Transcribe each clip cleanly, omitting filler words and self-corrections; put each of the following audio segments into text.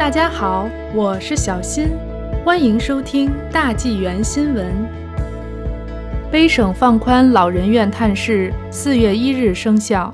大家好，我是小新，欢迎收听大纪元新闻。卑省放宽老人院探视，4月1日生效。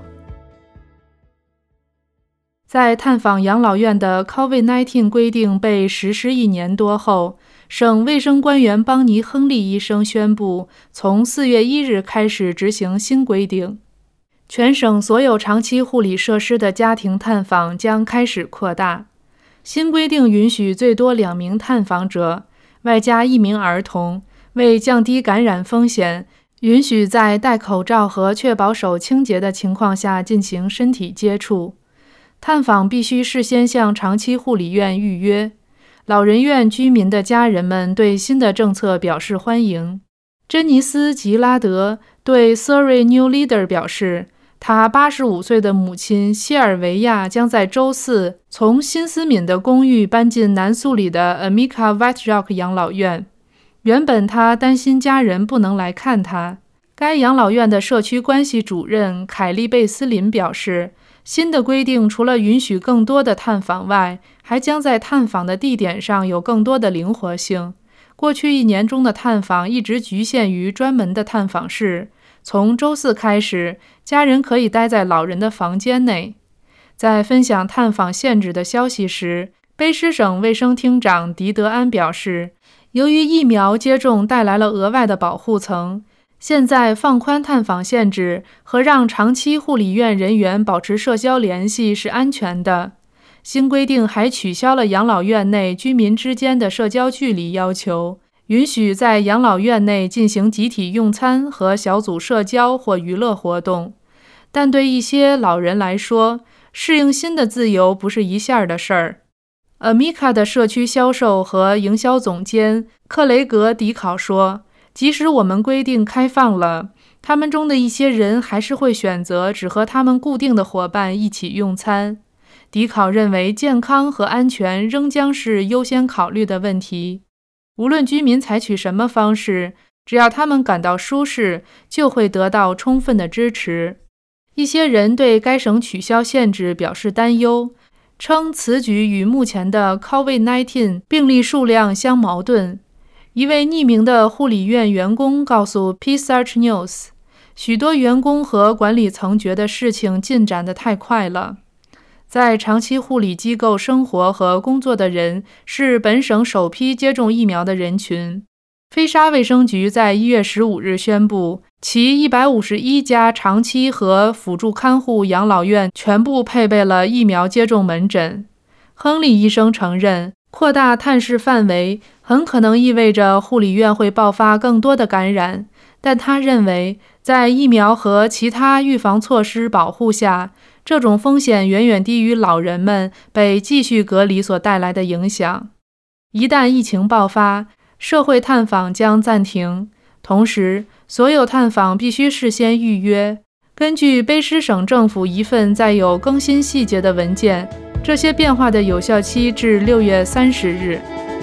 在探访养老院的 COVID-19 规定被实施1年多后，省卫生官员邦尼·亨利医生宣布，从4月1日开始执行新规定。全省所有长期护理设施的家庭探访将开始扩大。新规定允许最多2名探访者，外加1名儿童，为降低感染风险，允许在戴口罩和确保手清洁的情况下进行身体接触。探访必须事先向长期护理院预约。老人院居民的家人们对新的政策表示欢迎。珍妮斯·吉拉德对 Surrey New Leader 表示，他85岁的母亲希尔维亚将在周四从新斯敏的公寓搬进南苏里的 Amica White Rock 养老院。原本他担心家人不能来看他。该养老院的社区关系主任凯利·贝斯林表示，新的规定除了允许更多的探访外，还将在探访的地点上有更多的灵活性。过去1年中的探访一直局限于专门的探访室，从周四开始，家人可以待在老人的房间内。在分享探访限制的消息时，卑诗省卫生厅长迪德安表示，由于疫苗接种带来了额外的保护层，现在放宽探访限制和让长期护理院人员保持社交联系是安全的。新规定还取消了养老院内居民之间的社交距离要求，允许在养老院内进行集体用餐和小组社交或娱乐活动。但对一些老人来说，适应新的自由不是一下的事儿。Amica 的社区销售和营销总监克雷格·迪考说，即使我们规定开放了，他们中的一些人还是会选择只和他们固定的伙伴一起用餐。迪考认为健康和安全仍将是优先考虑的问题。无论居民采取什么方式，只要他们感到舒适，就会得到充分的支持。一些人对该省取消限制表示担忧，称此举与目前的 COVID-19 病例数量相矛盾。一位匿名的护理院员工告诉 P-Search News， 许多员工和管理层觉得事情进展得太快了。在长期护理机构生活和工作的人是本省首批接种疫苗的人群。菲沙卫生局在1月15日宣布，其151家长期和辅助看护养老院全部配备了疫苗接种门诊。亨利医生承认，扩大探视范围很可能意味着护理院会爆发更多的感染，但他认为，在疫苗和其他预防措施保护下，这种风险远远低于老人们被继续隔离所带来的影响。一旦疫情爆发，社会探访将暂停，同时所有探访必须事先预约。根据卑诗省政府一份载有更新细节的文件，这些变化的有效期至6月30日。